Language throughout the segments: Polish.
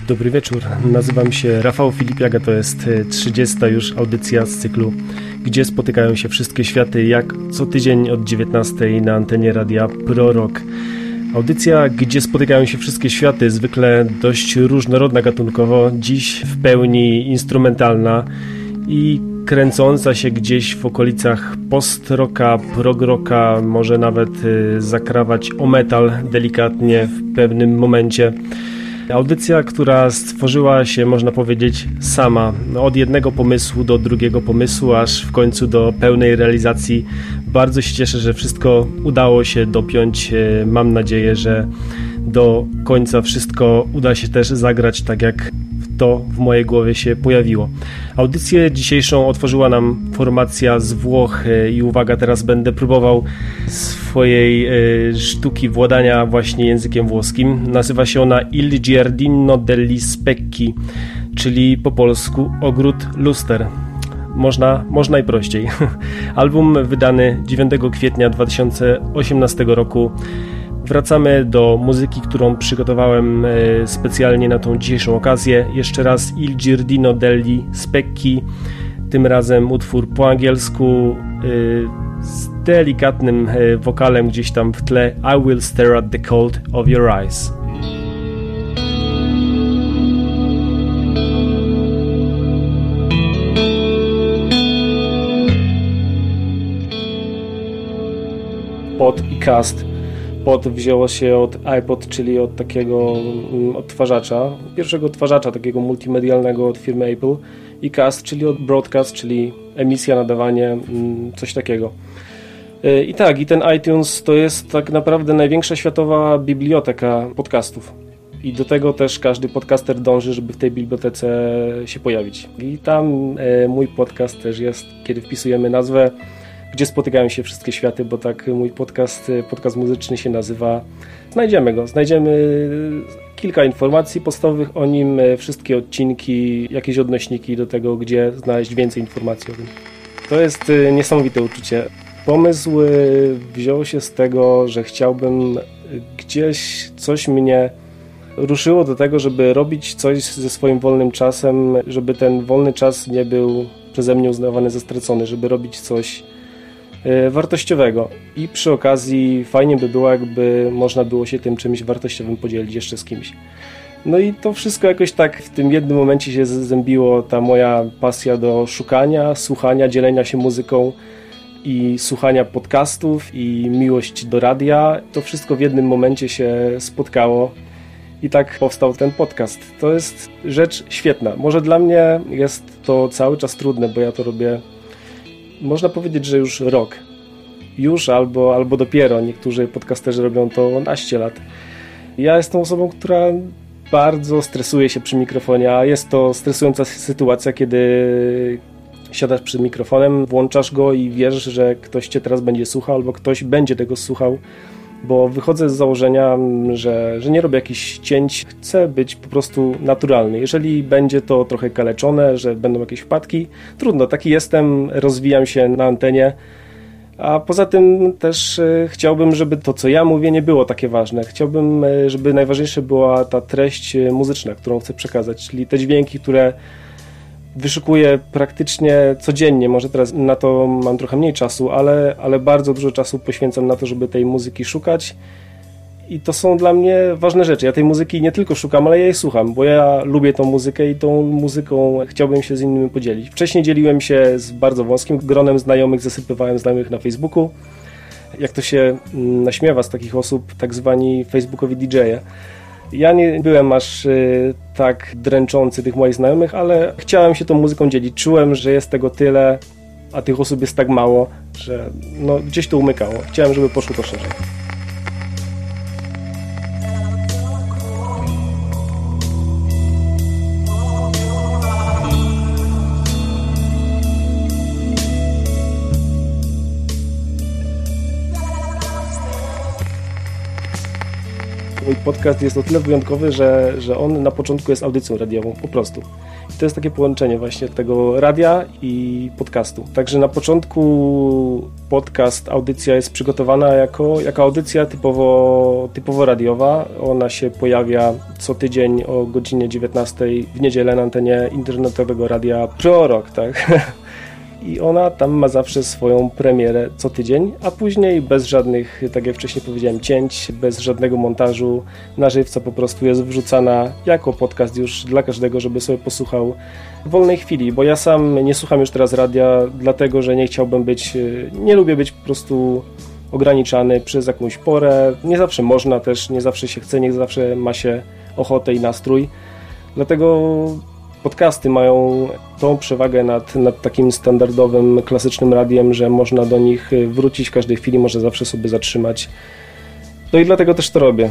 Dobry wieczór, nazywam się Rafał Filipiak, a to jest 30. już audycja z cyklu Gdzie spotykają się wszystkie światy, jak co tydzień od 19 na antenie radia Prorok. Audycja Gdzie spotykają się wszystkie światy, zwykle dość różnorodna gatunkowo, dziś w pełni instrumentalna i kręcąca się gdzieś w okolicach post-rocka, prog-rocka, może nawet zakrawać o metal delikatnie w pewnym momencie. Audycja, która stworzyła się, można powiedzieć, sama, od jednego pomysłu do drugiego pomysłu, aż w końcu do pełnej realizacji. Bardzo się cieszę, że wszystko udało się dopiąć. Mam nadzieję, że do końca wszystko uda się też zagrać tak, jak to w mojej głowie się pojawiło. Audycję dzisiejszą otworzyła nam formacja z Włoch i uwaga, teraz będę próbował swojej sztuki władania właśnie językiem włoskim. Nazywa się ona Il Giardino degli Specchi, czyli po polsku Ogród Luster. Można i prościej. Album wydany 9 kwietnia 2018 roku. Wracamy do muzyki, którą przygotowałem specjalnie na tą dzisiejszą okazję. Jeszcze raz Il Giardino degli Specchi, tym razem utwór po angielsku z delikatnym wokalem gdzieś tam w tle. I will stare at the cold of your eyes. Pod i cast. Pod wzięło się od iPod, czyli od takiego odtwarzacza, pierwszego odtwarzacza takiego multimedialnego od firmy Apple, i cast, czyli od broadcast, czyli emisja, nadawanie, coś takiego. I ten iTunes to jest tak naprawdę największa światowa biblioteka podcastów. I do tego też każdy podcaster dąży, żeby w tej bibliotece się pojawić. I tam mój podcast też jest, kiedy wpisujemy nazwę Gdzie spotykają się wszystkie światy, bo tak mój podcast muzyczny się nazywa. Znajdziemy kilka informacji podstawowych o nim, wszystkie odcinki, jakieś odnośniki do tego, gdzie znaleźć więcej informacji o tym. To jest niesamowite uczucie. Pomysł wziął się z tego, że chciałbym gdzieś, coś mnie ruszyło do tego, żeby robić coś ze swoim wolnym czasem, żeby ten wolny czas nie był przeze mnie uznawany za stracony, żeby robić coś wartościowego i przy okazji fajnie by było, jakby można było się tym czymś wartościowym podzielić jeszcze z kimś. No i to wszystko jakoś tak w tym jednym momencie się zazębiło, ta moja pasja do szukania, słuchania, dzielenia się muzyką i słuchania podcastów i miłość do radia. To wszystko w jednym momencie się spotkało i tak powstał ten podcast. To jest rzecz świetna. Może dla mnie jest to cały czas trudne, bo ja to robię, można powiedzieć, że już rok. Albo dopiero. Niektórzy podcasterzy robią to 11 lat. Ja jestem osobą, która bardzo stresuje się przy mikrofonie, a jest to stresująca sytuacja, kiedy siadasz przed mikrofonem, włączasz go i wiesz, że ktoś cię teraz będzie słuchał, albo ktoś będzie tego słuchał, bo wychodzę z założenia, że nie robię jakichś cięć, chcę być po prostu naturalny. Jeżeli będzie to trochę kaleczone, że będą jakieś wpadki, trudno, taki jestem, rozwijam się na antenie, a poza tym też chciałbym, żeby to, co ja mówię, nie było takie ważne. Chciałbym, żeby najważniejsza była ta treść muzyczna, którą chcę przekazać, czyli te dźwięki, które wyszukuję praktycznie codziennie. Może teraz na to mam trochę mniej czasu, ale bardzo dużo czasu poświęcam na to, żeby tej muzyki szukać. I to są dla mnie ważne rzeczy. Ja tej muzyki nie tylko szukam, ale ja jej słucham, bo ja lubię tą muzykę i tą muzyką chciałbym się z innymi podzielić. Wcześniej dzieliłem się z bardzo wąskim gronem znajomych, zasypywałem znajomych na Facebooku. Jak to się naśmiewa z takich osób, tak zwani facebookowi DJ-e. Ja nie byłem aż tak dręczący tych moich znajomych, ale chciałem się tą muzyką dzielić. Czułem, że jest tego tyle, a tych osób jest tak mało, że gdzieś to umykało. Chciałem, żeby poszło to szerzej. Mój podcast jest o tyle wyjątkowy, że on na początku jest audycją radiową, po prostu. I to jest takie połączenie właśnie tego radia i podcastu. Także na początku podcast, audycja jest przygotowana jako audycja typowo radiowa. Ona się pojawia co tydzień o godzinie 19 w niedzielę na antenie internetowego radia Prorok, tak? I ona tam ma zawsze swoją premierę co tydzień, a później bez żadnych, tak jak wcześniej powiedziałem, cięć, bez żadnego montażu, na żywca po prostu jest wrzucana jako podcast już dla każdego, żeby sobie posłuchał w wolnej chwili, bo ja sam nie słucham już teraz radia, dlatego, że nie lubię być po prostu ograniczany przez jakąś porę, nie zawsze można też, nie zawsze się chce, nie zawsze ma się ochotę i nastrój, dlatego podcasty mają tą przewagę nad takim standardowym, klasycznym radiem, że można do nich wrócić w każdej chwili, można zawsze sobie zatrzymać. No i dlatego też to robię.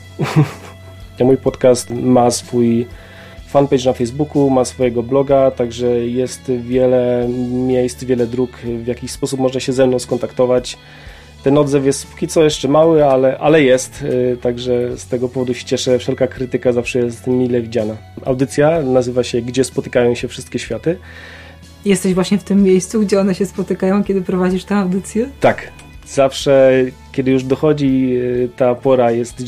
Mój podcast ma swój fanpage na Facebooku, ma swojego bloga, także jest wiele miejsc, wiele dróg, w jakiś sposób można się ze mną skontaktować. Ten odzew jest póki co jeszcze mały, ale jest, także z tego powodu się cieszę. Wszelka krytyka zawsze jest mile widziana. Audycja nazywa się Gdzie spotykają się wszystkie światy. Jesteś właśnie w tym miejscu, gdzie one się spotykają, kiedy prowadzisz tę audycję? Tak. Zawsze, kiedy już dochodzi ta pora, jest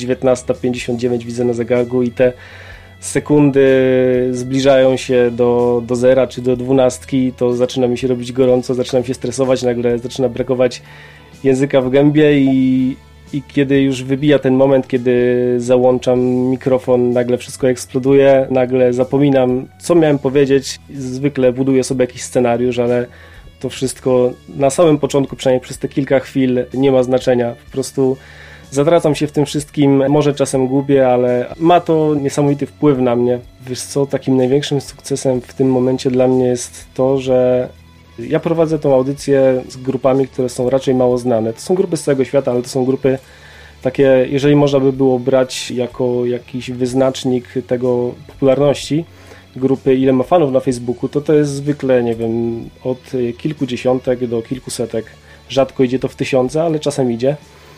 19:59, widzę na zegarku i te sekundy zbliżają się do zera czy do 12, to zaczyna mi się robić gorąco, zaczynam się stresować, nagle zaczyna brakować języka w gębie i kiedy już wybija ten moment, kiedy załączam mikrofon, nagle wszystko eksploduje, nagle zapominam, co miałem powiedzieć. Zwykle buduję sobie jakiś scenariusz, ale to wszystko na samym początku, przynajmniej przez te kilka chwil, nie ma znaczenia. Po prostu zatracam się w tym wszystkim, może czasem gubię, ale ma to niesamowity wpływ na mnie. Wiesz co, takim największym sukcesem w tym momencie dla mnie jest to, że ja prowadzę tą audycję z grupami, które są raczej mało znane. To są grupy z całego świata, ale to są grupy takie, jeżeli można by było brać jako jakiś wyznacznik tego popularności grupy, ile ma fanów na Facebooku, to jest zwykle, nie wiem, od kilkudziesiątek do kilkusetek. Rzadko idzie to w tysiące, ale czasem idzie.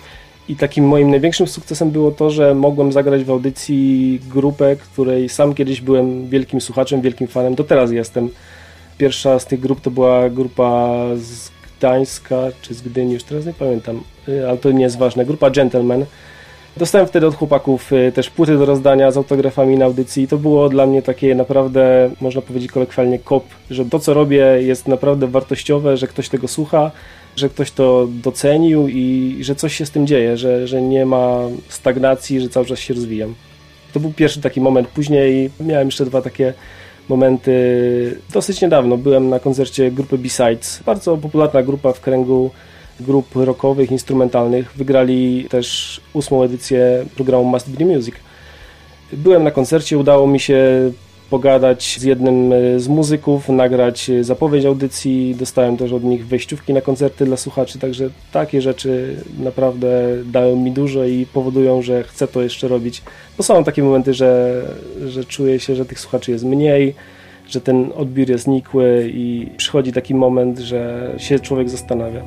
I takim moim największym sukcesem było to, że mogłem zagrać w audycji grupę, której sam kiedyś byłem wielkim słuchaczem, wielkim fanem, do teraz jestem. Pierwsza z tych grup to była grupa z Gdańska, czy z Gdyni, już teraz nie pamiętam, ale to nie jest ważne. Grupa Gentleman. Dostałem wtedy od chłopaków też płyty do rozdania z autografami na audycji. To było dla mnie takie naprawdę, można powiedzieć kolokwialnie, kop, że to, co robię, jest naprawdę wartościowe, że ktoś tego słucha, że ktoś to docenił i że coś się z tym dzieje, że nie ma stagnacji, że cały czas się rozwijam. To był pierwszy taki moment. Później miałem jeszcze dwa takie momenty. Dosyć niedawno byłem na koncercie grupy B-Sides. Bardzo popularna grupa w kręgu grup rockowych, instrumentalnych. Wygrali też 8. edycję programu Must Be The Music. Byłem na koncercie, udało mi się pogadać z jednym z muzyków, nagrać zapowiedź audycji, dostałem też od nich wejściówki na koncerty dla słuchaczy, także takie rzeczy naprawdę dają mi dużo i powodują, że chcę to jeszcze robić. Bo są takie momenty, że czuję się, że tych słuchaczy jest mniej, że ten odbiór jest nikły i przychodzi taki moment, że się człowiek zastanawia.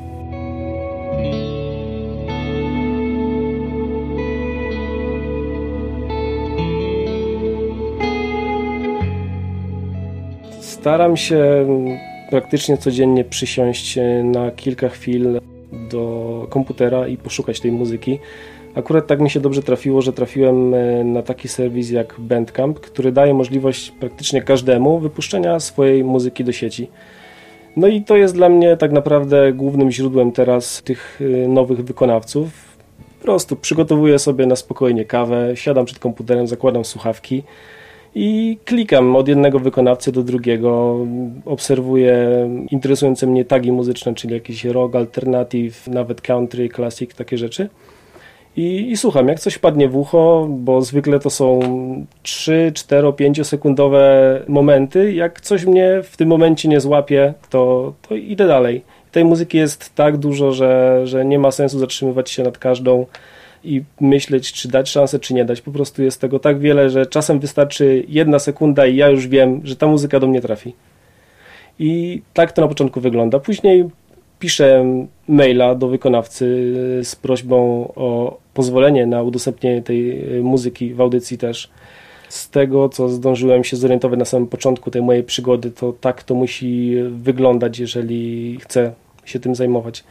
Staram się praktycznie codziennie przysiąść na kilka chwil do komputera i poszukać tej muzyki. Akurat tak mi się dobrze trafiło, że trafiłem na taki serwis jak Bandcamp, który daje możliwość praktycznie każdemu wypuszczenia swojej muzyki do sieci. No i to jest dla mnie tak naprawdę głównym źródłem teraz tych nowych wykonawców. Po prostu przygotowuję sobie na spokojnie kawę, siadam przed komputerem, zakładam słuchawki i klikam od jednego wykonawcy do drugiego, obserwuję interesujące mnie tagi muzyczne, czyli jakiś rock, alternative, nawet country, classic, takie rzeczy. I słucham, jak coś wpadnie w ucho, bo zwykle to są 3, 4, 5 sekundowe momenty. Jak coś mnie w tym momencie nie złapie, to idę dalej. Tej muzyki jest tak dużo, że nie ma sensu zatrzymywać się nad każdą i myśleć, czy dać szansę, czy nie dać. Po prostu jest tego tak wiele, że czasem wystarczy 1 sekunda i ja już wiem, że ta muzyka do mnie trafi. I tak to na początku wygląda. Później piszę maila do wykonawcy z prośbą o pozwolenie na udostępnienie tej muzyki w audycji też. z tego, co zdążyłem się zorientować na samym początku tej mojej przygody, to tak to musi wyglądać, jeżeli chcę się tym zajmować.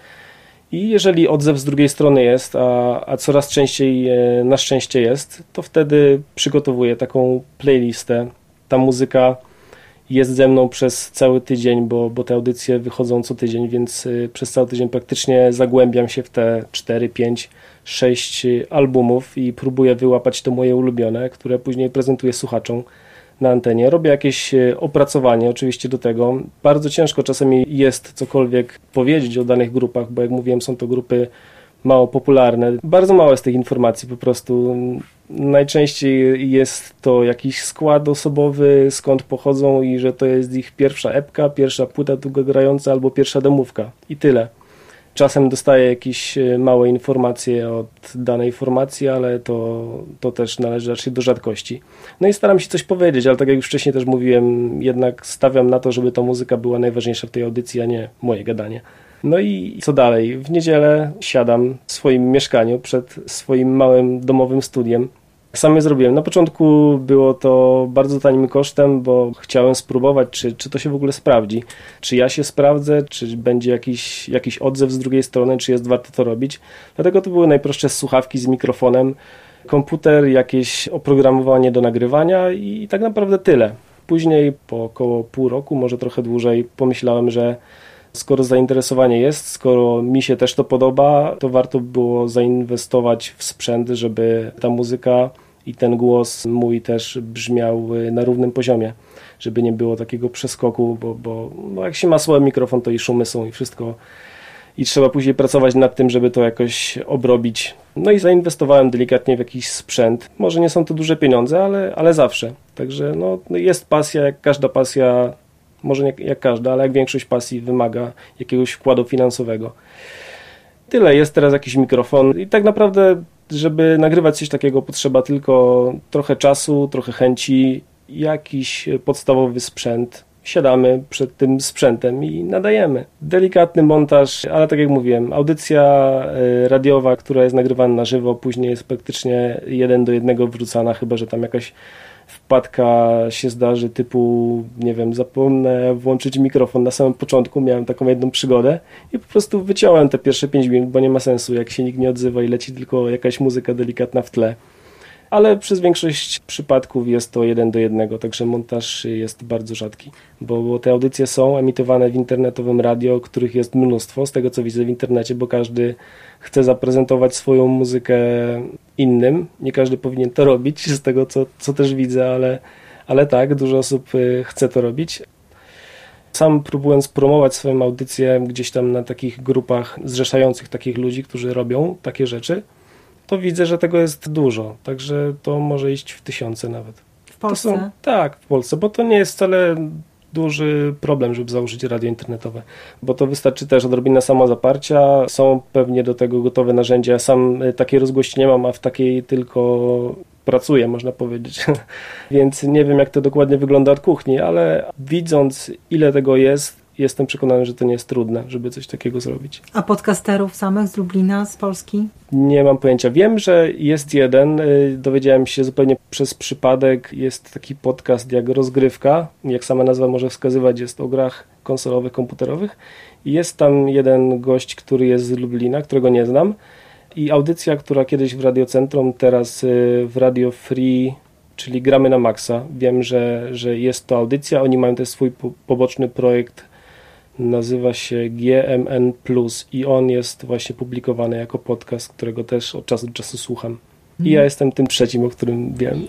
I jeżeli odzew z drugiej strony jest, a coraz częściej na szczęście jest, to wtedy przygotowuję taką playlistę. Ta muzyka jest ze mną przez cały tydzień, bo te audycje wychodzą co tydzień, więc przez cały tydzień praktycznie zagłębiam się w te 4, 5, 6 albumów i próbuję wyłapać te moje ulubione, które później prezentuję słuchaczom na antenie. Robię jakieś opracowanie oczywiście do tego. Bardzo ciężko czasami jest cokolwiek powiedzieć o danych grupach, bo jak mówiłem, są to grupy mało popularne. Bardzo mało jest tych informacji po prostu. Najczęściej jest to jakiś skład osobowy, skąd pochodzą i że to jest ich pierwsza epka, pierwsza płyta długogrająca albo pierwsza demówka i tyle. Czasem dostaję jakieś małe informacje od danej formacji, ale to też należy raczej do rzadkości. No i staram się coś powiedzieć, ale tak jak już wcześniej też mówiłem, jednak stawiam na to, żeby ta muzyka była najważniejsza w tej audycji, a nie moje gadanie. No i co dalej? W niedzielę siadam w swoim mieszkaniu przed swoim małym domowym studiem. Sam je zrobiłem. Na początku było to bardzo tanim kosztem, bo chciałem spróbować, czy to się w ogóle sprawdzi. Czy ja się sprawdzę, czy będzie jakiś odzew z drugiej strony, czy jest warto to robić. Dlatego to były najprostsze słuchawki z mikrofonem, komputer, jakieś oprogramowanie do nagrywania i tak naprawdę tyle. Później po około pół roku, może trochę dłużej, pomyślałem, że skoro zainteresowanie jest, skoro mi się też to podoba, to warto było zainwestować w sprzęt, żeby ta muzyka i ten głos mój też brzmiał na równym poziomie, żeby nie było takiego przeskoku, bo jak się ma słaby mikrofon, to i szumy są i wszystko i trzeba później pracować nad tym, żeby to jakoś obrobić. No i zainwestowałem delikatnie w jakiś sprzęt. Może nie są to duże pieniądze, ale zawsze. Także no, jest pasja, jak każda pasja, może nie jak każda, ale jak większość pasji wymaga jakiegoś wkładu finansowego. Tyle, jest teraz jakiś mikrofon i tak naprawdę, żeby nagrywać coś takiego, potrzeba tylko trochę czasu, trochę chęci, jakiś podstawowy sprzęt. Siadamy przed tym sprzętem i nadajemy. Delikatny montaż, ale tak jak mówiłem, audycja radiowa, która jest nagrywana na żywo, później jest praktycznie 1:1 wrzucana, chyba że tam jakaś wpadka się zdarzy typu, nie wiem, zapomnę włączyć mikrofon na samym początku, miałem taką jedną przygodę i po prostu wyciąłem te pierwsze 5 minut, bo nie ma sensu, jak się nikt nie odzywa i leci tylko jakaś muzyka delikatna w tle. Ale przez większość przypadków jest to 1:1, także montaż jest bardzo rzadki, bo te audycje są emitowane w internetowym radio, których jest mnóstwo, z tego co widzę w internecie, bo każdy chce zaprezentować swoją muzykę innym. Nie każdy powinien to robić, z tego co też widzę, ale tak, dużo osób chce to robić. Sam próbując promować swoją audycję gdzieś tam na takich grupach zrzeszających takich ludzi, którzy robią takie rzeczy, to widzę, że tego jest dużo, także to może iść w tysiące nawet. W Polsce? Tak, w Polsce, bo to nie jest wcale duży problem, żeby założyć radio internetowe, bo to wystarczy też odrobina samozaparcia, są pewnie do tego gotowe narzędzia. Sam takiej rozgłośni nie mam, a w takiej tylko pracuję, można powiedzieć, więc nie wiem, jak to dokładnie wygląda od kuchni, ale widząc, ile tego jest, jestem przekonany, że to nie jest trudne, żeby coś takiego zrobić. A podcasterów samych z Lublina, z Polski? Nie mam pojęcia. Wiem, że jest jeden. Dowiedziałem się zupełnie przez przypadek. Jest taki podcast jak Rozgrywka. Jak sama nazwa może wskazywać, jest o grach konsolowych, komputerowych. I jest tam jeden gość, który jest z Lublina, którego nie znam. I audycja, która kiedyś w Radiocentrum, teraz w Radio Free, czyli Gramy na Maxa. Wiem, że jest to audycja. Oni mają też swój poboczny projekt, nazywa się GMN+, i on jest właśnie publikowany jako podcast, którego też od czasu do czasu słucham. I ja jestem tym trzecim, o którym wiem.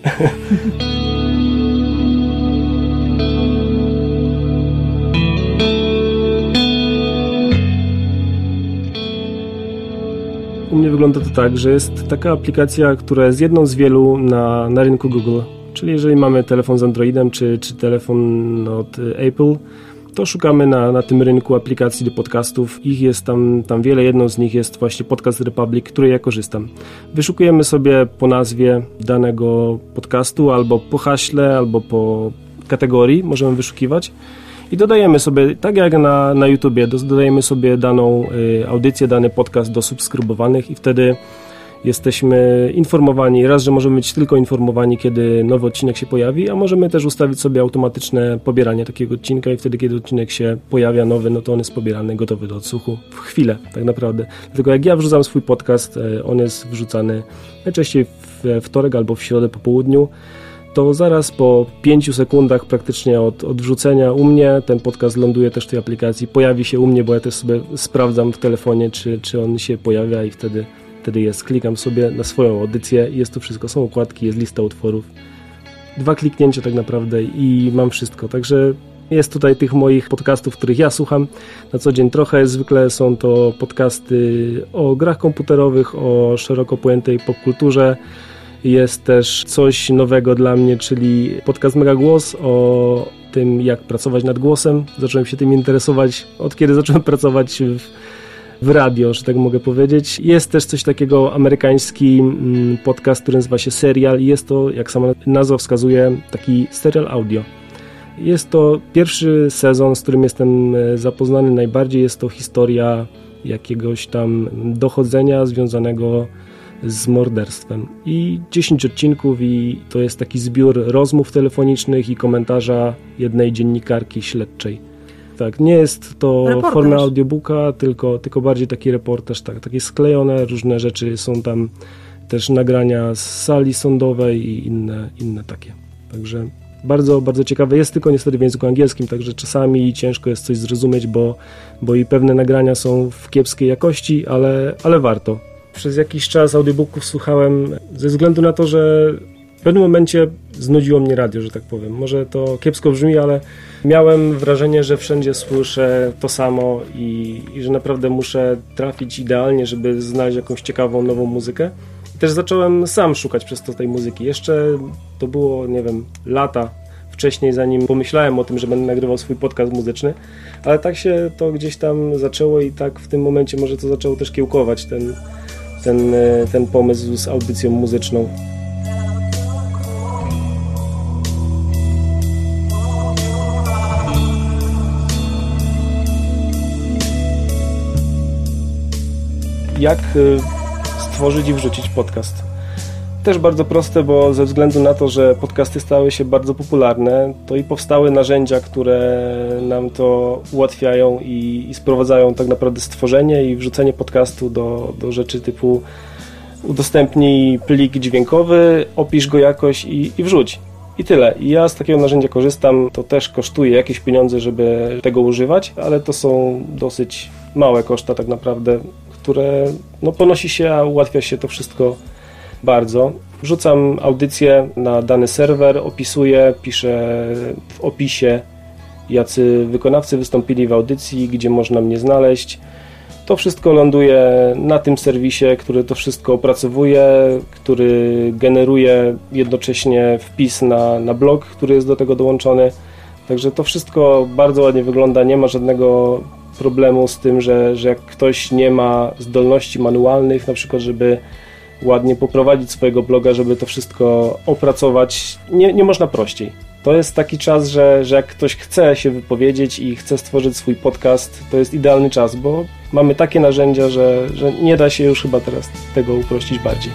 U mnie wygląda to tak, że jest taka aplikacja, która jest jedną z wielu na rynku Google. Czyli jeżeli mamy telefon z Androidem czy telefon od Apple, to szukamy na tym rynku aplikacji do podcastów. Ich jest tam wiele. Jedną z nich jest właśnie Podcast Republic, której ja korzystam. Wyszukujemy sobie po nazwie danego podcastu, albo po haśle, albo po kategorii możemy wyszukiwać i dodajemy sobie, tak jak na YouTubie, dodajemy sobie daną audycję, dany podcast do subskrybowanych i wtedy jesteśmy informowani, raz, że możemy być tylko informowani, kiedy nowy odcinek się pojawi, a możemy też ustawić sobie automatyczne pobieranie takiego odcinka i wtedy, kiedy odcinek się pojawia nowy, no to on jest pobierany, gotowy do odsłuchu w chwilę, tak naprawdę. Dlatego jak ja wrzucam swój podcast, on jest wrzucany najczęściej we wtorek albo w środę po południu, to zaraz po 5 sekundach praktycznie od wrzucenia u mnie ten podcast ląduje też w tej aplikacji, pojawi się u mnie, bo ja też sobie sprawdzam w telefonie, czy on się pojawia i wtedy jest. Klikam sobie na swoją audycję i jest tu wszystko. Są okładki, jest lista utworów. 2 kliknięcia tak naprawdę i mam wszystko. Także jest tutaj tych moich podcastów, których ja słucham na co dzień trochę. Zwykle są to podcasty o grach komputerowych, o szeroko pojętej popkulturze. Jest też coś nowego dla mnie, czyli podcast Mega Głos o tym, jak pracować nad głosem. Zacząłem się tym interesować, od kiedy zacząłem pracować w radio, że tak mogę powiedzieć. Jest też coś takiego, amerykański podcast, który nazywa się Serial. Jest to, jak sama nazwa wskazuje, taki serial audio. Jest to pierwszy sezon, z którym jestem zapoznany najbardziej. Jest to historia jakiegoś tam dochodzenia związanego z morderstwem. I 10 odcinków i to jest taki zbiór rozmów telefonicznych i komentarza jednej dziennikarki śledczej. Tak, nie jest to forma audiobooka, tylko bardziej taki reportaż, tak, takie sklejone różne rzeczy, są tam też nagrania z sali sądowej i inne takie. Także bardzo, bardzo ciekawe. Jest tylko niestety w języku angielskim, także czasami ciężko jest coś zrozumieć, bo i pewne nagrania są w kiepskiej jakości, ale warto. Przez jakiś czas audiobooków słuchałem ze względu na to, że w pewnym momencie znudziło mnie radio, że tak powiem. Może to kiepsko brzmi, ale miałem wrażenie, że wszędzie słyszę to samo i że naprawdę muszę trafić idealnie, żeby znaleźć jakąś ciekawą, nową muzykę. I też zacząłem sam szukać przez to tej muzyki. Jeszcze to było, nie wiem, lata wcześniej, zanim pomyślałem o tym, że będę nagrywał swój podcast muzyczny, ale tak się to gdzieś tam zaczęło i tak w tym momencie może to zaczęło też kiełkować ten pomysł z audycją muzyczną. Jak stworzyć i wrzucić podcast? Też bardzo proste, bo ze względu na to, że podcasty stały się bardzo popularne, to i powstały narzędzia, które nam to ułatwiają i sprowadzają tak naprawdę stworzenie i wrzucenie podcastu do rzeczy typu udostępnij plik dźwiękowy, opisz go jakoś i wrzuć. I tyle. I ja z takiego narzędzia korzystam. To też kosztuje jakieś pieniądze, żeby tego używać, ale to są dosyć małe koszta tak naprawdę, które ponosi się, a ułatwia się to wszystko bardzo. Wrzucam audycję na dany serwer, opisuję, piszę w opisie, jacy wykonawcy wystąpili w audycji, gdzie można mnie znaleźć. To wszystko ląduje na tym serwisie, który to wszystko opracowuje, który generuje jednocześnie wpis na blog, który jest do tego dołączony. Także to wszystko bardzo ładnie wygląda, nie ma żadnego problemu z tym, że jak ktoś nie ma zdolności manualnych, na przykład żeby ładnie poprowadzić swojego bloga, żeby to wszystko opracować, nie można prościej. To jest taki czas, że jak ktoś chce się wypowiedzieć i chce stworzyć swój podcast, to jest idealny czas, bo mamy takie narzędzia, że nie da się już chyba teraz tego uprościć bardziej.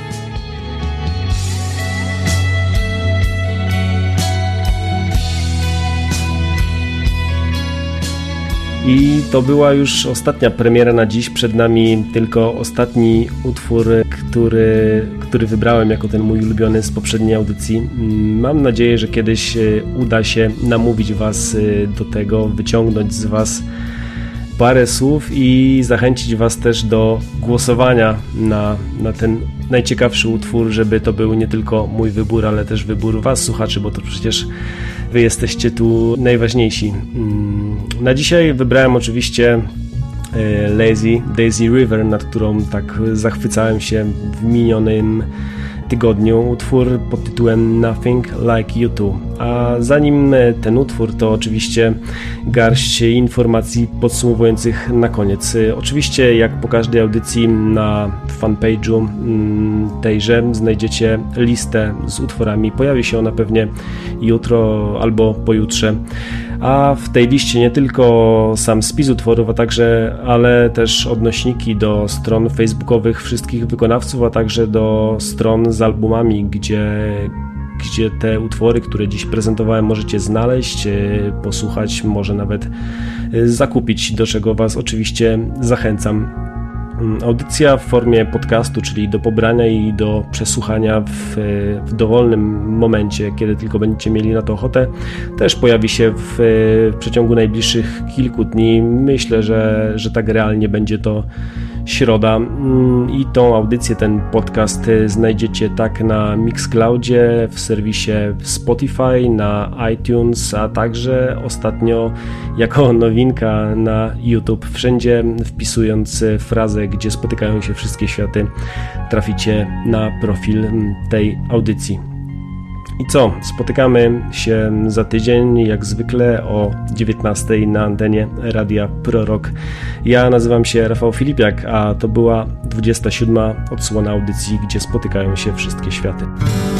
I to była już ostatnia premiera na dziś. Przed nami tylko ostatni utwór, który wybrałem jako ten mój ulubiony z poprzedniej audycji. Mam nadzieję, że kiedyś uda się namówić Was do tego, wyciągnąć z Was parę słów i zachęcić Was też do głosowania na ten najciekawszy utwór, żeby to był nie tylko mój wybór, ale też wybór Was, słuchaczy, bo to przecież Wy jesteście tu najważniejsi. Na dzisiaj wybrałem oczywiście Lazy River, nad którą tak zachwycałem się w minionym tygodniu. Utwór pod tytułem Nothing Like You Two. A zanim ten utwór, to oczywiście garść informacji podsumowujących na koniec. Oczywiście, jak po każdej audycji, na fanpage'u tejże znajdziecie listę z utworami. Pojawi się ona pewnie jutro albo pojutrze. a w tej liście nie tylko sam spis utworów, ale też odnośniki do stron facebookowych wszystkich wykonawców, a także do stron z albumami, gdzie te utwory, które dziś prezentowałem, możecie znaleźć, posłuchać, może nawet zakupić, do czego Was oczywiście zachęcam. Audycja w formie podcastu, czyli do pobrania i do przesłuchania w dowolnym momencie, kiedy tylko będziecie mieli na to ochotę, też pojawi się w przeciągu najbliższych kilku dni. Myślę, że tak realnie będzie to środa i tą audycję, ten podcast znajdziecie tak na Mixcloudzie, w serwisie Spotify, na iTunes, a także ostatnio jako nowinka na YouTube. Wszędzie wpisując frazę, gdzie spotykają się wszystkie światy, traficie na profil tej audycji. I co? Spotykamy się za tydzień, jak zwykle o 19:00 na antenie Radia Prorok. Ja nazywam się Rafał Filipiak, a to była 27. odsłona audycji, gdzie spotykają się wszystkie światy.